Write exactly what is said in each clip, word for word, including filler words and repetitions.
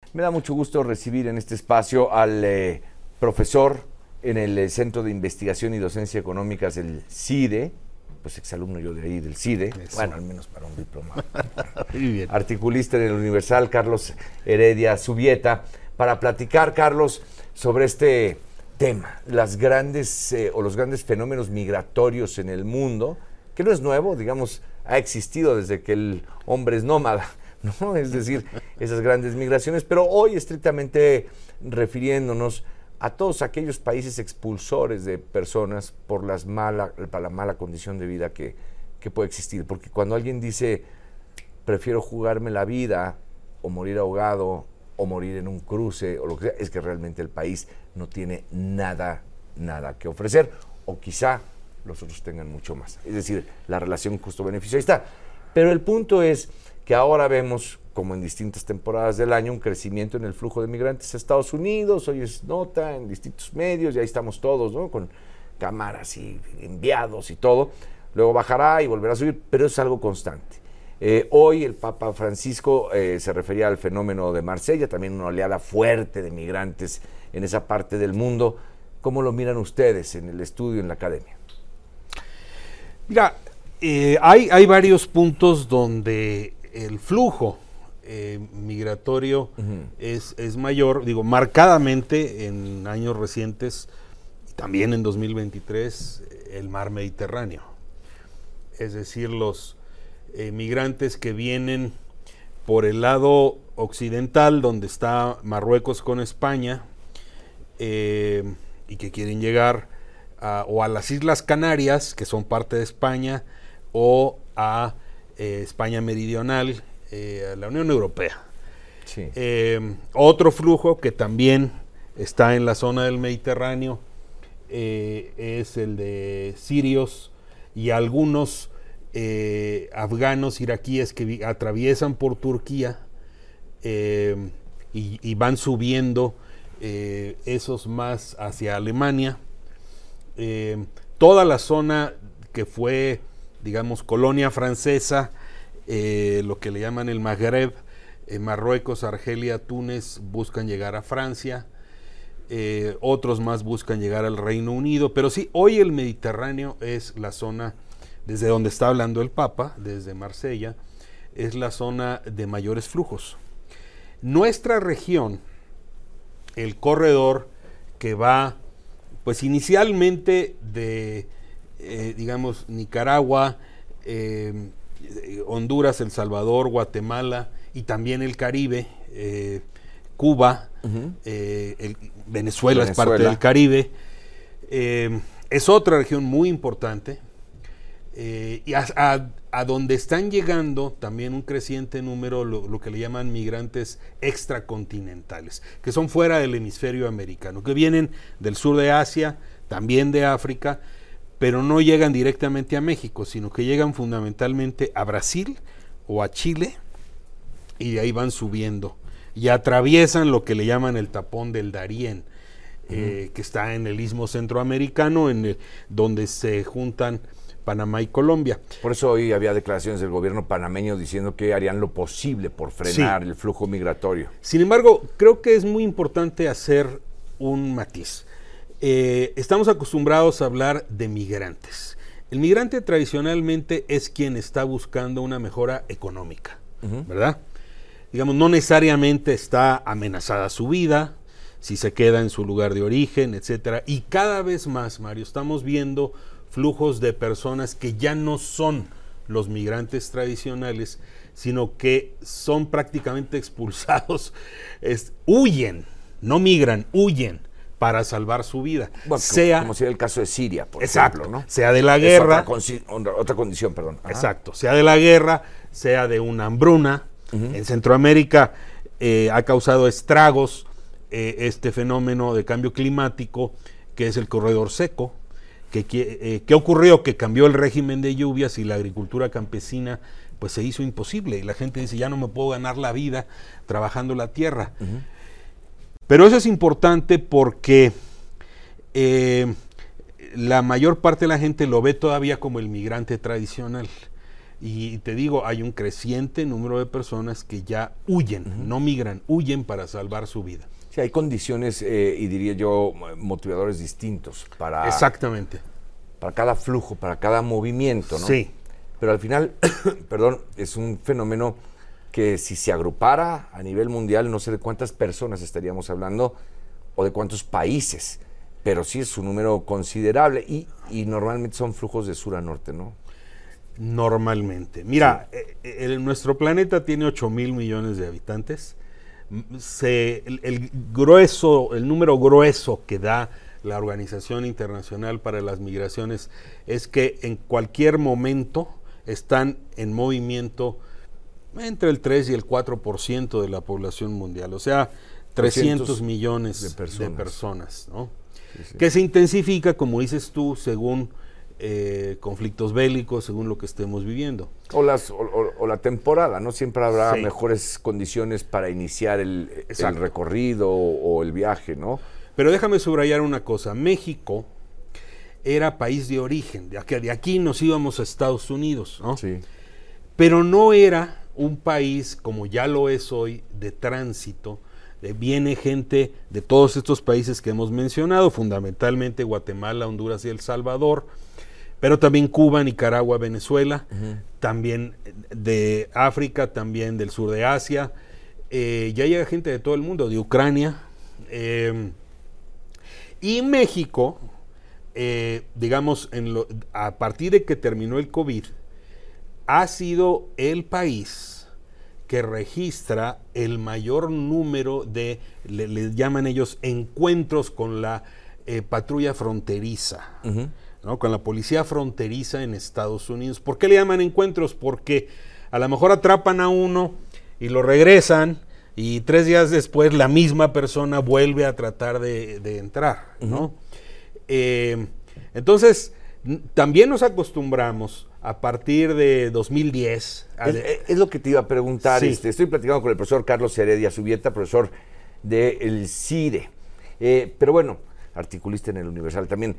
Me da mucho gusto recibir en este espacio al eh, profesor en el eh, Centro de Investigación y Docencia Económicas del CIDE, pues exalumno yo de ahí del CIDE, Eso. bueno, al menos para un diplomado. Muy bien. Articulista en el Universal, Carlos Heredia Zubieta, para platicar, Carlos, sobre este tema, las grandes eh, o los grandes fenómenos migratorios en el mundo, que no es nuevo, digamos, ha existido desde que el hombre es nómada, ¿no? Es decir, esas grandes migraciones, pero hoy estrictamente refiriéndonos a todos aquellos países expulsores de personas por las mala, la mala condición de vida que, que puede existir. Porque cuando alguien dice, prefiero jugarme la vida o morir ahogado o morir en un cruce o lo que sea, es que realmente el país no tiene nada, nada que ofrecer, o quizá los otros tengan mucho más. Es decir, la relación costo-beneficio ahí está. Pero el punto es que ahora vemos, como en distintas temporadas del año, un crecimiento en el flujo de migrantes a Estados Unidos. Hoy es nota en distintos medios, y ahí estamos todos, ¿no? Con cámaras y enviados y todo. Luego bajará y volverá a subir, pero es algo constante. Eh, hoy el Papa Francisco eh, se refería al fenómeno de Marsella, también una oleada fuerte de migrantes en esa parte del mundo. ¿Cómo lo miran ustedes en el estudio, en la academia? Mira, eh, hay, hay varios puntos donde el flujo eh, migratorio uh-huh. es, es mayor, digo, marcadamente en años recientes, también en dos mil veintitrés, el mar Mediterráneo. Es decir, los eh, migrantes que vienen por el lado occidental, donde está Marruecos con España, eh, y que quieren llegar a, o a las Islas Canarias, que son parte de España, o a eh, España meridional, eh, a la Unión Europea. Sí. Eh, otro flujo que también está en la zona del Mediterráneo eh, es el de sirios y algunos eh, afganos, iraquíes que vi- atraviesan por Turquía eh, y, y van subiendo eh, esos más hacia Alemania. Eh, toda la zona que fue, digamos, colonia francesa, eh, lo que le llaman el Magreb, eh, Marruecos, Argelia, Túnez, buscan llegar a Francia, eh, otros más buscan llegar al Reino Unido, pero sí, hoy el Mediterráneo es la zona, desde donde está hablando el Papa, desde Marsella, es la zona de mayores flujos. Nuestra región, el corredor que va, pues inicialmente de, eh, digamos, Nicaragua, eh, Honduras, El Salvador, Guatemala y también el Caribe, eh, Cuba, uh-huh. eh, el, Venezuela, Venezuela es parte del Caribe, eh, es otra región muy importante, eh, y a, a, a donde están llegando también un creciente número, lo, lo que le llaman migrantes extracontinentales, que son fuera del hemisferio americano, que vienen del sur de Asia, también de África, pero no llegan directamente a México, sino que llegan fundamentalmente a Brasil o a Chile, y de ahí van subiendo y atraviesan lo que le llaman el tapón del Darién, uh-huh. eh, que está en el istmo centroamericano, en el, donde se juntan Panamá y Colombia. Por eso hoy había declaraciones del gobierno panameño diciendo que harían lo posible por frenar sí. el flujo migratorio. Sin embargo, creo que es muy importante hacer un matiz. Eh, estamos acostumbrados a hablar de migrantes. El migrante tradicionalmente es quien está buscando una mejora económica, uh-huh. ¿verdad? Digamos, no necesariamente está amenazada su vida, si se queda en su lugar de origen, etcétera. Y cada vez más, Mario, estamos viendo flujos de personas que ya no son los migrantes tradicionales, sino que son prácticamente expulsados, es, huyen, no migran, huyen para salvar su vida. Bueno, sea, como sería el caso de Siria, por exacto, ejemplo, ¿no? Sea de la guerra. Es otra, otra condición, perdón. Ajá. Exacto, sea de la guerra, sea de una hambruna. Uh-huh. En Centroamérica eh, ha causado estragos eh, este fenómeno de cambio climático, que es el corredor seco. Que, que, eh, ¿Qué ocurrió? Que cambió el régimen de lluvias y la agricultura campesina pues se hizo imposible. Y la gente dice, ya no me puedo ganar la vida trabajando la tierra. Uh-huh. Pero eso es importante porque eh, la mayor parte de la gente lo ve todavía como el migrante tradicional. Y te digo, hay un creciente número de personas que ya huyen, uh-huh. no migran, huyen para salvar su vida. Sí, hay condiciones eh, y diría yo motivadores distintos para... Exactamente. Para cada flujo, para cada movimiento, ¿no? Sí. Pero al final, perdón, es un fenómeno que si se agrupara a nivel mundial, no sé de cuántas personas estaríamos hablando o de cuántos países, pero sí es un número considerable y, y normalmente son flujos de sur a norte, ¿no? Normalmente. Mira, sí. eh, el, nuestro planeta tiene ocho mil millones de habitantes. Se, el, el grueso, el número grueso que da la Organización Internacional para las Migraciones es que en cualquier momento están en movimiento entre el tres y el cuatro por ciento de la población mundial, o sea, trescientos millones de personas, de personas, ¿no? Sí, sí. Que se intensifica, como dices tú, según eh, conflictos bélicos, según lo que estemos viviendo. O, las, o, o, o la temporada, ¿no? Siempre habrá sí. mejores condiciones para iniciar el, el recorrido o, o el viaje, ¿no? Pero déjame subrayar una cosa, México era país de origen, de aquí, de aquí nos íbamos a Estados Unidos, ¿no? Sí. Pero no era un país, como ya lo es hoy, de tránsito. Eh, viene gente de todos estos países que hemos mencionado, fundamentalmente Guatemala, Honduras y El Salvador, pero también Cuba, Nicaragua, Venezuela, uh-huh. también de África, también del sur de Asia, eh, ya llega gente de todo el mundo, de Ucrania, eh, y México, eh, digamos, en lo, a partir de que terminó el COVID, ha sido el país que registra el mayor número de, le, le llaman ellos, encuentros con la eh, patrulla fronteriza, uh-huh. ¿no? Con la policía fronteriza en Estados Unidos. ¿Por qué le llaman encuentros? Porque a lo mejor atrapan a uno y lo regresan, y tres días después la misma persona vuelve a tratar de, de entrar, ¿no? Uh-huh. Eh, entonces, n- también nos acostumbramos a partir de dos mil diez. Es, de, es lo que te iba a preguntar. Sí. Este, estoy platicando con el profesor Carlos Heredia Subieta, profesor del CIDE. Eh, pero bueno, articulista en el Universal también.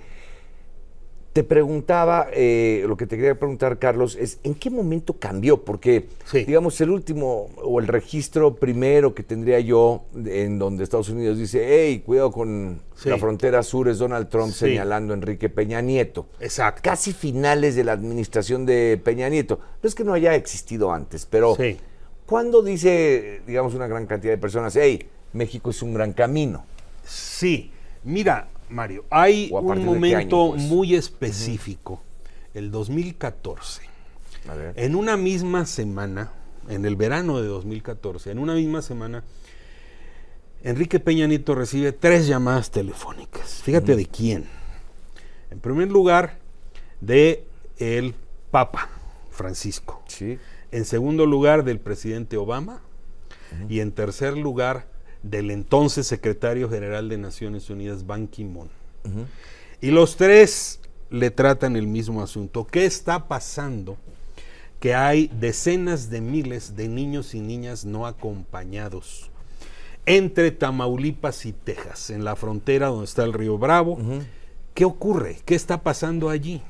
Te preguntaba, eh, lo que te quería preguntar, Carlos, es ¿en qué momento cambió? Porque, sí. digamos, el último o el registro primero que tendría yo en donde Estados Unidos dice, hey, cuidado con sí. la frontera sur, es Donald Trump sí. señalando a Enrique Peña Nieto. Exacto. Casi finales de la administración de Peña Nieto. No es que no haya existido antes, pero sí. ¿cuándo dice, digamos, una gran cantidad de personas, hey, México es un gran camino? Sí, mira, Mario, hay un momento año, pues? muy específico, uh-huh. el dos mil catorce. A ver. En una misma semana, en el verano de dos mil catorce, en una misma semana, Enrique Peña Nieto recibe tres llamadas telefónicas. Fíjate uh-huh. de quién. En primer lugar, de el Papa Francisco. Sí. En segundo lugar, del presidente Obama. Uh-huh. Y en tercer lugar, del entonces secretario general de Naciones Unidas, Ban Ki-moon. Uh-huh. Y los tres le tratan el mismo asunto. ¿Qué está pasando? Que hay decenas de miles de niños y niñas no acompañados entre Tamaulipas y Texas, en la frontera donde está el río Bravo. Uh-huh. ¿Qué ocurre? ¿Qué está pasando allí?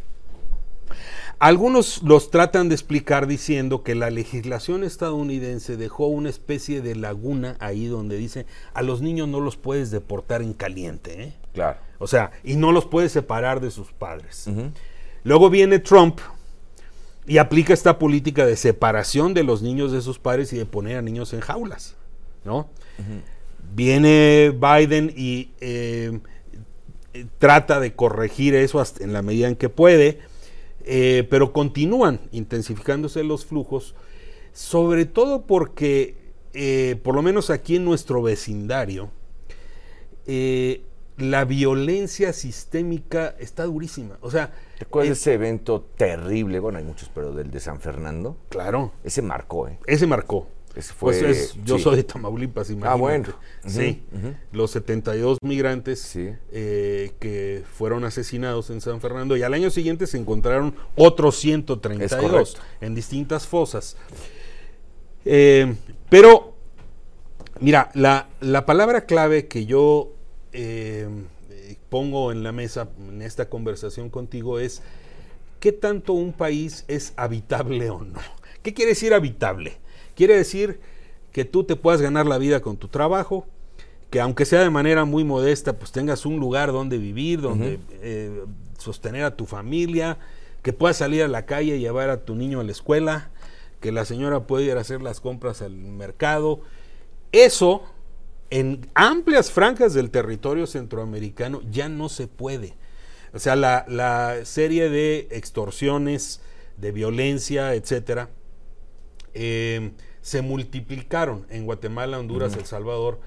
Algunos los tratan de explicar diciendo que la legislación estadounidense dejó una especie de laguna ahí donde dice a los niños no los puedes deportar en caliente, ¿eh? Claro. O sea, y no los puedes separar de sus padres. Uh-huh. Luego viene Trump y aplica esta política de separación de los niños de sus padres y de poner a niños en jaulas, ¿no? Uh-huh. Viene Biden y eh, trata de corregir eso hasta en la medida en que puede. Eh, pero continúan intensificándose los flujos, sobre todo porque, eh, por lo menos aquí en nuestro vecindario, eh, la violencia sistémica está durísima. O sea, ¿te acuerdas de ese evento terrible? Bueno, hay muchos, pero del de San Fernando. Claro. Ese marcó, ¿eh? Ese marcó. Ese fue, pues es, yo sí. soy de Tamaulipas, imagínate. Ah, bueno. Uh-huh, sí, uh-huh. Los setenta y dos migrantes sí. eh, que fueron asesinados en San Fernando y al año siguiente se encontraron otros ciento treinta y dos en distintas fosas. Eh, pero, mira, la, la palabra clave que yo eh, pongo en la mesa en esta conversación contigo es qué tanto un país es habitable o no. ¿Qué quiere decir habitable? Quiere decir que tú te puedas ganar la vida con tu trabajo, que aunque sea de manera muy modesta, pues tengas un lugar donde vivir, donde uh-huh. eh, sostener a tu familia, que puedas salir a la calle y llevar a tu niño a la escuela, que la señora pueda ir a hacer las compras al mercado. Eso, en amplias franjas del territorio centroamericano, ya no se puede. O sea, la, la serie de extorsiones, de violencia, etcétera, eh, se multiplicaron en Guatemala, Honduras, uh-huh. El Salvador.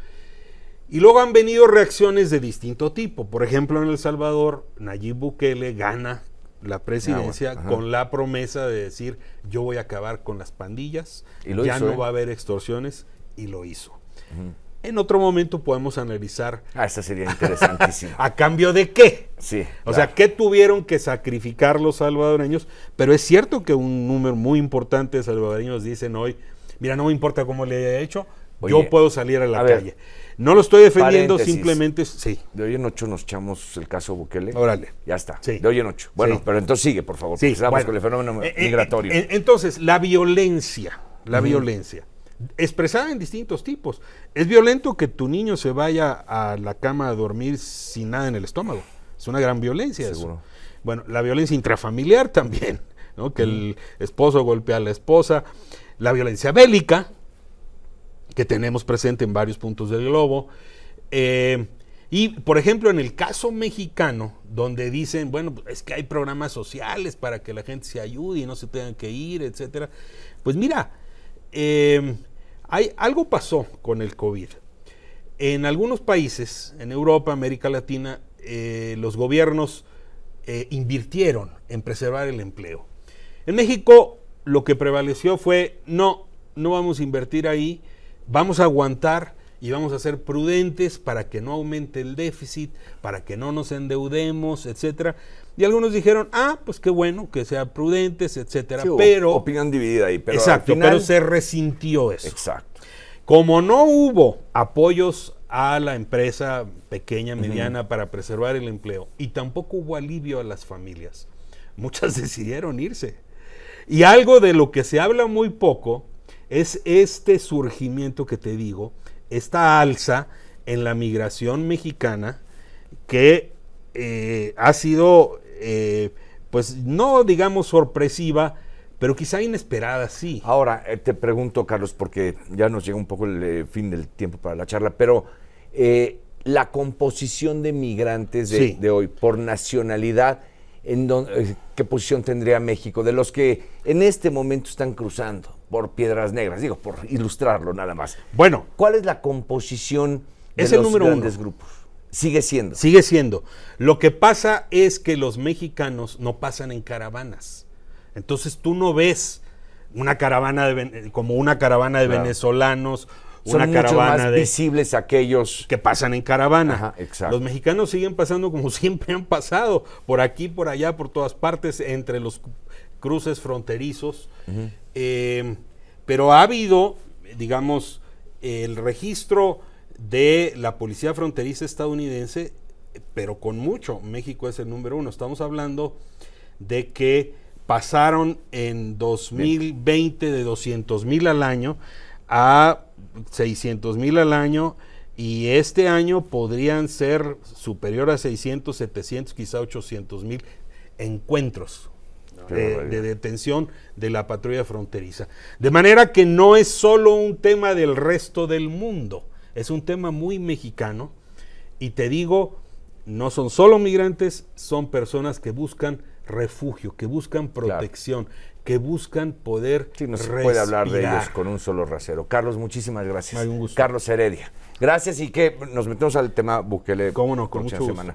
Y luego han venido reacciones de distinto tipo. Por ejemplo, en El Salvador, Nayib Bukele gana la presidencia ah, bueno. con la promesa de decir, yo voy a acabar con las pandillas, y lo ya hizo, no ¿eh? va a haber extorsiones, y lo hizo. Uh-huh. En otro momento podemos analizar. Ah, esa sería interesantísima. ¿A cambio de qué? Sí. O claro. sea, ¿qué tuvieron que sacrificar los salvadoreños? Pero es cierto que un número muy importante de salvadoreños dicen hoy, mira, no me importa cómo le haya hecho, Oye, yo puedo salir a la a calle. Ver, no lo estoy defendiendo, simplemente, sí. De hoy en ocho nos echamos el caso Bukele. Órale. Ya está, sí. de hoy en ocho. Bueno, sí. pero entonces sigue, por favor, porque sí, bueno, con el fenómeno eh, migratorio. Eh, eh, entonces, la violencia, la uh-huh. violencia, expresada en distintos tipos. Es violento que tu niño se vaya a la cama a dormir sin nada en el estómago. Es una gran violencia. Seguro. Eso. Bueno, la violencia intrafamiliar también, ¿no? Que uh-huh. el esposo golpea a la esposa. La violencia bélica, que tenemos presente en varios puntos del globo. Eh, y, por ejemplo, en el caso mexicano, donde dicen, bueno, es que hay programas sociales para que la gente se ayude y no se tengan que ir, etcétera. Pues mira, eh, hay, algo pasó con el COVID. En algunos países, en Europa, América Latina, eh, los gobiernos eh, invirtieron en preservar el empleo. En México, lo que prevaleció fue, no, no vamos a invertir ahí, vamos a aguantar y vamos a ser prudentes para que no aumente el déficit, para que no nos endeudemos, etcétera. Y algunos dijeron, ah, pues qué bueno que sean prudentes, etcétera. Sí, pero opinión dividida ahí, pero exacto, al final... pero se resintió eso. Exacto. Como no hubo apoyos a la empresa pequeña, mediana, uh-huh. para preservar el empleo, y tampoco hubo alivio a las familias, muchas decidieron irse. Y algo de lo que se habla muy poco es este surgimiento que te digo, esta alza en la migración mexicana que eh, ha sido, eh, pues no digamos sorpresiva, pero quizá inesperada, sí. Ahora, eh, te pregunto, Carlos, porque ya nos llega un poco el eh, fin del tiempo para la charla, pero eh, la composición de migrantes de, sí. de hoy por nacionalidad, en don, eh, ¿qué posición tendría México? De los que en este momento están cruzando por Piedras Negras, digo, por ilustrarlo nada más. Bueno. ¿Cuál es la composición de es los el número grandes uno. grupos? Sigue siendo. Sigue siendo. Lo que pasa es que los mexicanos no pasan en caravanas. Entonces tú no ves una caravana de, como una caravana de claro. venezolanos, Son una caravana más de visibles aquellos que pasan en caravana. Ajá, exacto. Los mexicanos siguen pasando como siempre han pasado, por aquí, por allá, por todas partes, entre los cruces fronterizos. Uh-huh. Eh, pero ha habido, digamos, el registro de la policía fronteriza estadounidense, pero con mucho. México es el número uno. Estamos hablando de que pasaron en dos mil veinte de doscientos mil al año a seiscientos mil al año, y este año podrían ser superior a seiscientos, setecientos, quizá ochocientos mil encuentros de, de detención de la patrulla fronteriza. De manera que no es solo un tema del resto del mundo, es un tema muy mexicano, y te digo, no son solo migrantes, son personas que buscan refugio, que buscan protección, claro. que buscan poder sí, no se respirar. Puede hablar de ellos con un solo rasero. Carlos, muchísimas gracias. Hay un gusto. Carlos Heredia. Gracias, y que nos metemos al tema Bukele. Cómo no, con mucha semana.